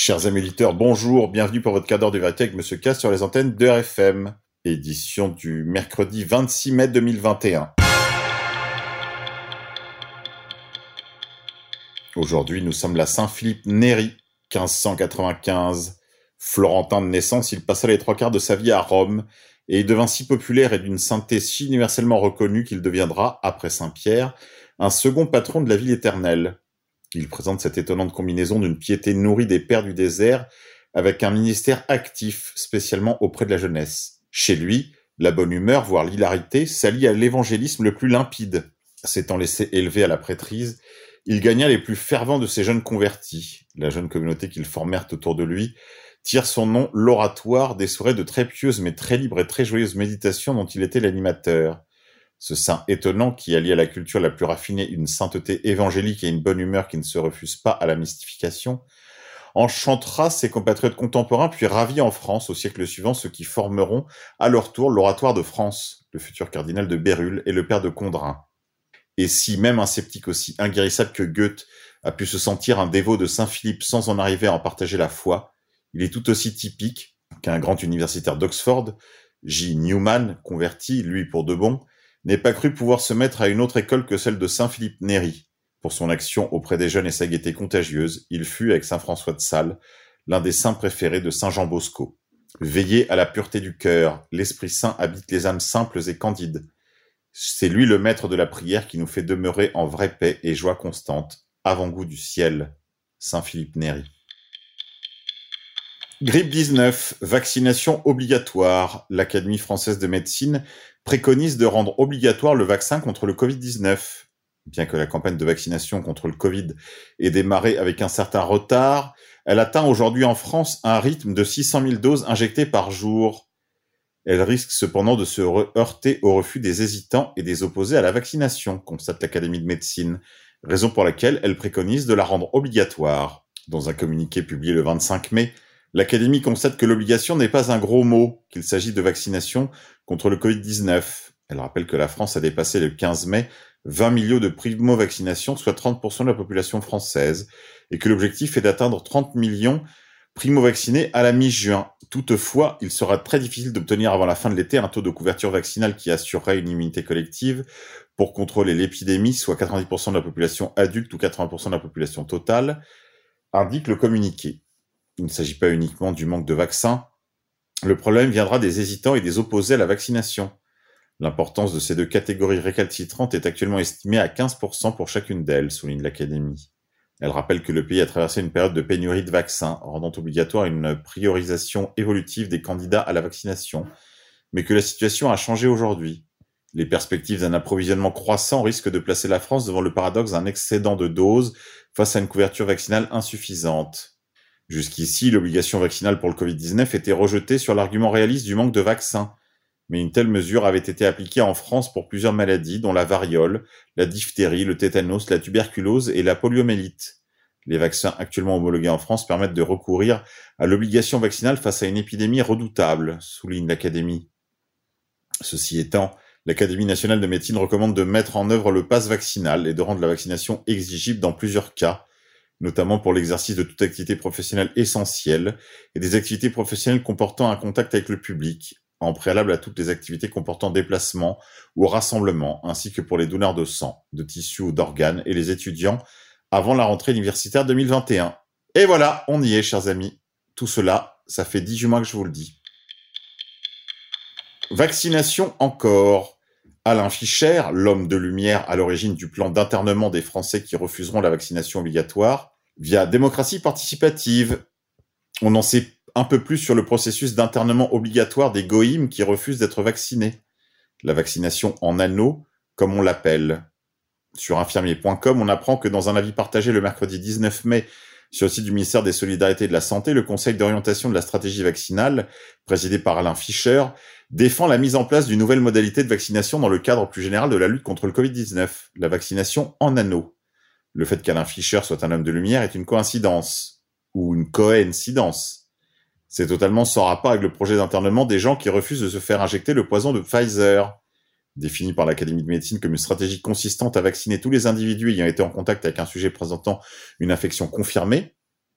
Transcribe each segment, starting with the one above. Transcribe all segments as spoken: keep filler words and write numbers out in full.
Chers amis auditeurs, bonjour, bienvenue pour votre quart d'heure de vérité avec Monsieur K sur les antennes de R F M, édition du mercredi vingt-six mai deux mille vingt et un. Aujourd'hui, nous sommes la Saint-Philippe Néri, quinze cent quatre-vingt-quinze. Florentin de naissance, il passa les trois quarts de sa vie à Rome, et il devint si populaire et d'une sainteté si universellement reconnue qu'il deviendra, après Saint-Pierre, un second patron de la ville éternelle. Il présente cette étonnante combinaison d'une piété nourrie des pères du désert avec un ministère actif, spécialement auprès de la jeunesse. Chez lui, la bonne humeur, voire l'hilarité, s'allie à l'évangélisme le plus limpide. S'étant laissé élever à la prêtrise, il gagna les plus fervents de ces jeunes convertis. La jeune communauté qu'ils formèrent autour de lui tire son nom l'oratoire des soirées de très pieuses mais très libres et très joyeuses méditations dont il était l'animateur. Ce saint étonnant qui allie à la culture la plus raffinée une sainteté évangélique et une bonne humeur qui ne se refuse pas à la mystification, enchantera ses compatriotes contemporains puis ravit en France au siècle suivant ceux qui formeront à leur tour l'oratoire de France, le futur cardinal de Bérulle et le père de Condrin. Et si même un sceptique aussi inguérissable que Goethe a pu se sentir un dévot de Saint-Philippe sans en arriver à en partager la foi, il est tout aussi typique qu'un grand universitaire d'Oxford, J. Newman, converti, lui pour de bon, n'ait pas cru pouvoir se mettre à une autre école que celle de Saint-Philippe Néri. Pour son action auprès des jeunes et sa gaieté contagieuse, il fut, avec saint François de Sales, l'un des saints préférés de saint Jean Bosco. Veillez à la pureté du cœur, l'Esprit Saint habite les âmes simples et candides. C'est lui le maître de la prière qui nous fait demeurer en vraie paix et joie constante, avant-goût du ciel. Saint-Philippe Néri. Grippe dix-neuf, vaccination obligatoire. L'Académie française de médecine préconise de rendre obligatoire le vaccin contre le covid dix-neuf. Bien que la campagne de vaccination contre le Covid ait démarré avec un certain retard, elle atteint aujourd'hui en France un rythme de six cent mille doses injectées par jour. Elle risque cependant de se heurter au refus des hésitants et des opposés à la vaccination, constate l'Académie de médecine, raison pour laquelle elle préconise de la rendre obligatoire. Dans un communiqué publié le vingt-cinq mai, l'Académie constate que l'obligation n'est pas un gros mot, qu'il s'agit de vaccination contre le covid dix-neuf. Elle rappelle que la France a dépassé le quinze mai vingt millions de primo-vaccinations, soit trente pour cent de la population française, et que l'objectif est d'atteindre trente millions primo-vaccinés à la mi-juin. Toutefois, il sera très difficile d'obtenir avant la fin de l'été un taux de couverture vaccinale qui assurerait une immunité collective pour contrôler l'épidémie, soit quatre-vingt-dix pour cent de la population adulte ou quatre-vingts pour cent de la population totale, indique le communiqué. Il ne s'agit pas uniquement du manque de vaccins. Le problème viendra des hésitants et des opposés à la vaccination. L'importance de ces deux catégories récalcitrantes est actuellement estimée à quinze pour cent pour chacune d'elles, souligne l'Académie. Elle rappelle que le pays a traversé une période de pénurie de vaccins, rendant obligatoire une priorisation évolutive des candidats à la vaccination, mais que la situation a changé aujourd'hui. Les perspectives d'un approvisionnement croissant risquent de placer la France devant le paradoxe d'un excédent de doses face à une couverture vaccinale insuffisante. Jusqu'ici, l'obligation vaccinale pour le covid dix-neuf était rejetée sur l'argument réaliste du manque de vaccins. Mais une telle mesure avait été appliquée en France pour plusieurs maladies, dont la variole, la diphtérie, le tétanos, la tuberculose et la poliomyélite. Les vaccins actuellement homologués en France permettent de recourir à l'obligation vaccinale face à une épidémie redoutable, souligne l'Académie. Ceci étant, l'Académie nationale de médecine recommande de mettre en œuvre le pass vaccinal et de rendre la vaccination exigible dans plusieurs cas, notamment pour l'exercice de toute activité professionnelle essentielle et des activités professionnelles comportant un contact avec le public, en préalable à toutes les activités comportant déplacement ou rassemblement, ainsi que pour les donneurs de sang, de tissus ou d'organes et les étudiants avant la rentrée universitaire deux mille vingt et un. Et voilà, on y est, chers amis. Tout cela, ça fait dix-huit mois que je vous le dis. Vaccination encore. Alain Fischer, l'homme de lumière à l'origine du plan d'internement des Français qui refuseront la vaccination obligatoire, via démocratie participative. On en sait un peu plus sur le processus d'internement obligatoire des goïms qui refusent d'être vaccinés. La vaccination en anneau, comme on l'appelle. Sur infirmier point com, on apprend que dans un avis partagé le mercredi dix-neuf mai sur le site du ministère des Solidarités et de la Santé, le Conseil d'orientation de la stratégie vaccinale, présidé par Alain Fischer, défend la mise en place d'une nouvelle modalité de vaccination dans le cadre plus général de la lutte contre le covid dix-neuf, la vaccination en anneau. Le fait qu'Alain Fischer soit un homme de lumière est une coïncidence, ou une coïncidence. C'est totalement sans rapport avec le projet d'internement des gens qui refusent de se faire injecter le poison de Pfizer. Défini par l'Académie de médecine comme une stratégie consistante à vacciner tous les individus ayant été en contact avec un sujet présentant une infection confirmée,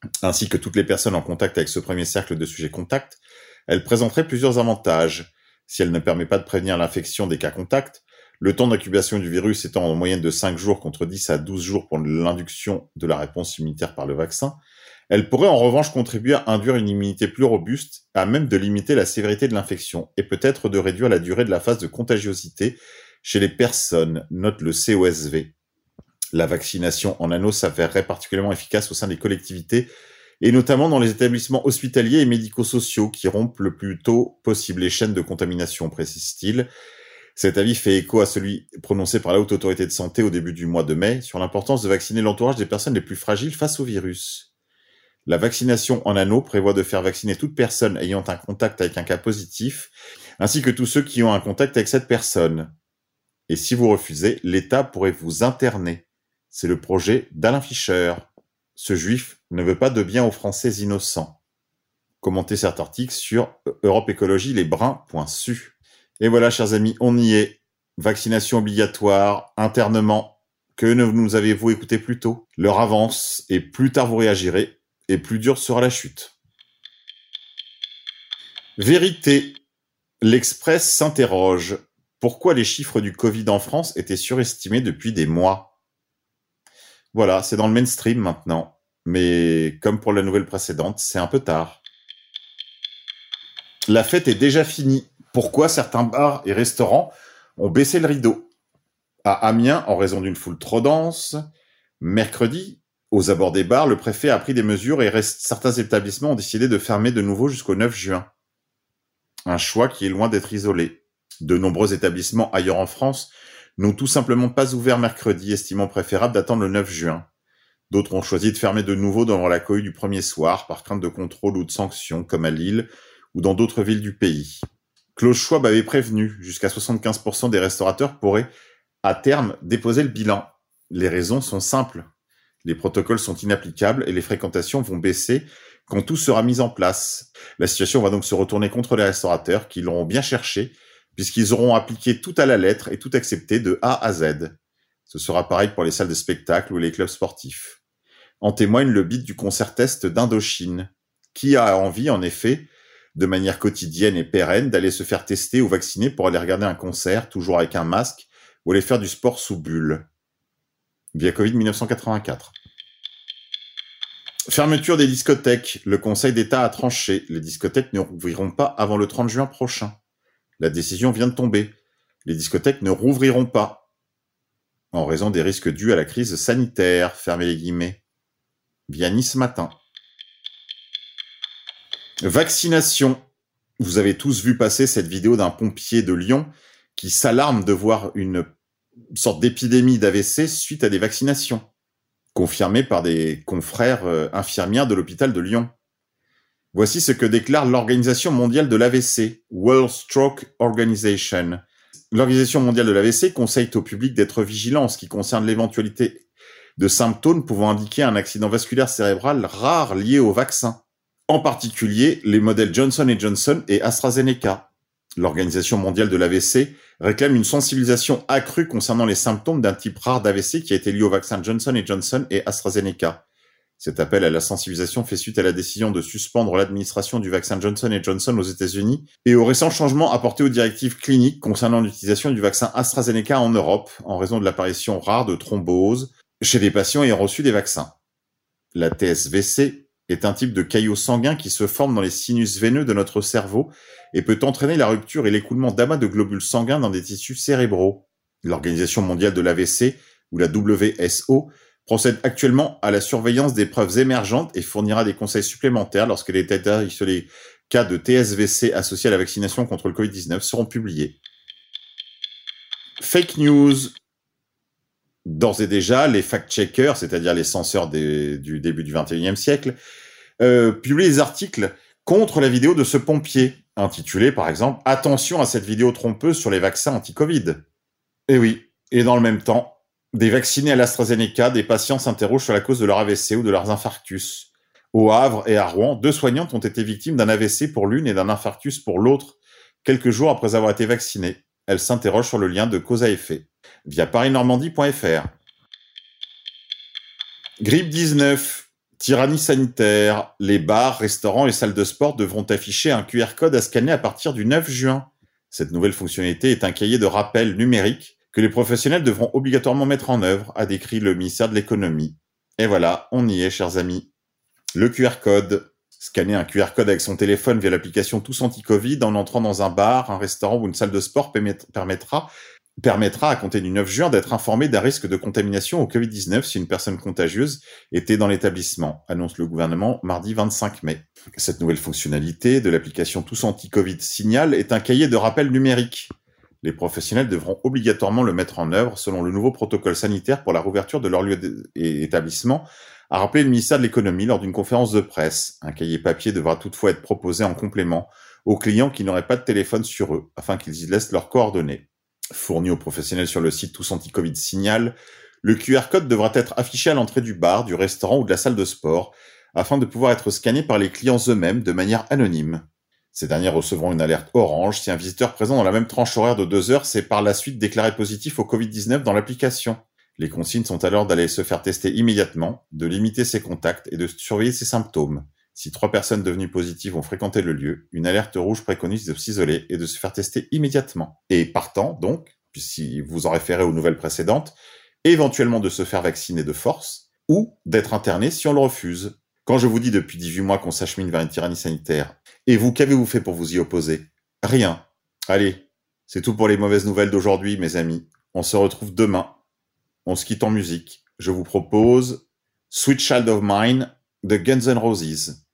ainsi que toutes les personnes en contact avec ce premier cercle de sujets contacts, elle présenterait plusieurs avantages. Si elle ne permet pas de prévenir l'infection des cas contacts, le temps d'incubation du virus étant en moyenne de cinq jours contre dix à douze jours pour l'induction de la réponse immunitaire par le vaccin, elle pourrait en revanche contribuer à induire une immunité plus robuste, à même de limiter la sévérité de l'infection et peut-être de réduire la durée de la phase de contagiosité chez les personnes, note le C O S V. La vaccination en anneau s'avérerait particulièrement efficace au sein des collectivités et notamment dans les établissements hospitaliers et médico-sociaux qui rompent le plus tôt possible les chaînes de contamination, précise-t-il. Cet avis fait écho à celui prononcé par la Haute Autorité de Santé au début du mois de mai sur l'importance de vacciner l'entourage des personnes les plus fragiles face au virus. La vaccination en anneau prévoit de faire vacciner toute personne ayant un contact avec un cas positif, ainsi que tous ceux qui ont un contact avec cette personne. Et si vous refusez, l'État pourrait vous interner. C'est le projet d'Alain Fischer. Ce juif ne veut pas de bien aux Français innocents. Commentez cet article sur europe écologie les brun point s u. Et voilà, chers amis, on y est. Vaccination obligatoire, internement. Que ne nous avez-vous écouté plus tôt? L'heure avance, et plus tard vous réagirez, et plus dure sera la chute. Vérité. L'Express s'interroge. Pourquoi les chiffres du Covid en France étaient surestimés depuis des mois? Voilà, c'est dans le mainstream maintenant. Mais comme pour la nouvelle précédente, c'est un peu tard. La fête est déjà finie. Pourquoi certains bars et restaurants ont baissé le rideau? À Amiens, en raison d'une foule trop dense. Mercredi, aux abords des bars, le préfet a pris des mesures et reste, certains établissements ont décidé de fermer de nouveau jusqu'au neuf juin. Un choix qui est loin d'être isolé. De nombreux établissements ailleurs en France n'ont tout simplement pas ouvert mercredi, estimant préférable d'attendre le neuf juin. D'autres ont choisi de fermer de nouveau devant la cohue du premier soir, par crainte de contrôle ou de sanctions, comme à Lille ou dans d'autres villes du pays. Klaus Schwab avait prévenu, jusqu'à soixante-quinze pour cent des restaurateurs pourraient, à terme, déposer le bilan. Les raisons sont simples. Les protocoles sont inapplicables et les fréquentations vont baisser quand tout sera mis en place. La situation va donc se retourner contre les restaurateurs qui l'auront bien cherché, puisqu'ils auront appliqué tout à la lettre et tout accepté de A à Z. Ce sera pareil pour les salles de spectacle ou les clubs sportifs. En témoigne le bid du concert test d'Indochine. Qui a envie, en effet, de manière quotidienne et pérenne, d'aller se faire tester ou vacciner pour aller regarder un concert, toujours avec un masque, ou aller faire du sport sous bulle? Via Covid dix-neuf cent quatre-vingt-quatre. Fermeture des discothèques. Le Conseil d'État a tranché. Les discothèques ne rouvriront pas avant le trente juin prochain. La décision vient de tomber. Les discothèques ne rouvriront pas. En raison des risques dus à la crise sanitaire. Fermez les guillemets. Via Nice Matin. Vaccination. Vous avez tous vu passer cette vidéo d'un pompier de Lyon qui s'alarme de voir une sorte d'épidémie d'A V C suite à des vaccinations, confirmée par des confrères euh, infirmières de l'hôpital de Lyon. Voici ce que déclare l'Organisation mondiale de l'A V C, World Stroke Organization. L'Organisation mondiale de l'A V C conseille au public d'être vigilant en ce qui concerne l'éventualité de symptômes pouvant indiquer un accident vasculaire cérébral rare lié au vaccin. En particulier, les modèles Johnson and Johnson et AstraZeneca. L'Organisation mondiale de l'A V C réclame une sensibilisation accrue concernant les symptômes d'un type rare d'A V C qui a été lié au vaccin Johnson and Johnson et AstraZeneca. Cet appel à la sensibilisation fait suite à la décision de suspendre l'administration du vaccin Johnson and Johnson aux États-Unis et aux récents changements apportés aux directives cliniques concernant l'utilisation du vaccin AstraZeneca en Europe en raison de l'apparition rare de thrombose chez les patients ayant reçu des vaccins. La T S V C est un type de caillot sanguin qui se forme dans les sinus veineux de notre cerveau et peut entraîner la rupture et l'écoulement d'amas de globules sanguins dans des tissus cérébraux. L'Organisation mondiale de l'A V C, ou la W S O, procède actuellement à la surveillance des preuves émergentes et fournira des conseils supplémentaires lorsque les détails sur les cas de T S V C associés à la vaccination contre le Covid dix-neuf seront publiés. Fake news. D'ores et déjà, les fact-checkers, c'est-à-dire les censeurs des, du début du vingt et unième siècle, euh, publient des articles contre la vidéo de ce pompier, intitulé par exemple « Attention à cette vidéo trompeuse sur les vaccins anti-Covid ». Et oui, et dans le même temps, des vaccinés à l'AstraZeneca, des patients s'interrogent sur la cause de leur A V C ou de leurs infarctus. Au Havre et à Rouen, deux soignantes ont été victimes d'un A V C pour l'une et d'un infarctus pour l'autre, quelques jours après avoir été vaccinées. Elles s'interrogent sur le lien de cause à effet. Via paris normandie point f r. Grippe dix-neuf. Tyrannie sanitaire. Les bars, restaurants et salles de sport devront afficher un Q R code à scanner à partir du neuf juin. Cette nouvelle fonctionnalité est un cahier de rappel numérique que les professionnels devront obligatoirement mettre en œuvre, a décrit le ministère de l'économie. Et voilà, on y est, chers amis. Le Q R code. Scanner un Q R code avec son téléphone via l'application Tous Anti-Covid en entrant dans un bar, un restaurant ou une salle de sport permettra, permettra à compter du neuf juin d'être informé d'un risque de contamination au covid dix-neuf si une personne contagieuse était dans l'établissement, annonce le gouvernement mardi vingt-cinq mai. Cette nouvelle fonctionnalité de l'application Tous Anti-Covid Signal est un cahier de rappel numérique. Les professionnels devront obligatoirement le mettre en œuvre selon le nouveau protocole sanitaire pour la rouverture de leur lieu d'établissement, a rappelé le ministère de l'économie lors d'une conférence de presse. Un cahier papier devra toutefois être proposé en complément aux clients qui n'auraient pas de téléphone sur eux, afin qu'ils y laissent leurs coordonnées. Fourni aux professionnels sur le site Tous Anti-Covid Signal, le Q R code devra être affiché à l'entrée du bar, du restaurant ou de la salle de sport, afin de pouvoir être scanné par les clients eux-mêmes de manière anonyme. Ces derniers recevront une alerte orange si un visiteur présent dans la même tranche horaire de deux heures s'est par la suite déclaré positif au covid dix-neuf dans l'application. Les consignes sont alors d'aller se faire tester immédiatement, de limiter ses contacts et de surveiller ses symptômes. Si trois personnes devenues positives ont fréquenté le lieu, une alerte rouge préconise de s'isoler et de se faire tester immédiatement. Et partant, donc, si vous en référez aux nouvelles précédentes, éventuellement de se faire vacciner de force, ou d'être interné si on le refuse. Quand je vous dis depuis dix-huit mois qu'on s'achemine vers une tyrannie sanitaire, et vous, qu'avez-vous fait pour vous y opposer? Rien. Allez, c'est tout pour les mauvaises nouvelles d'aujourd'hui, mes amis. On se retrouve demain. On se quitte en musique. Je vous propose Sweet Child of Mine de Guns N' Roses.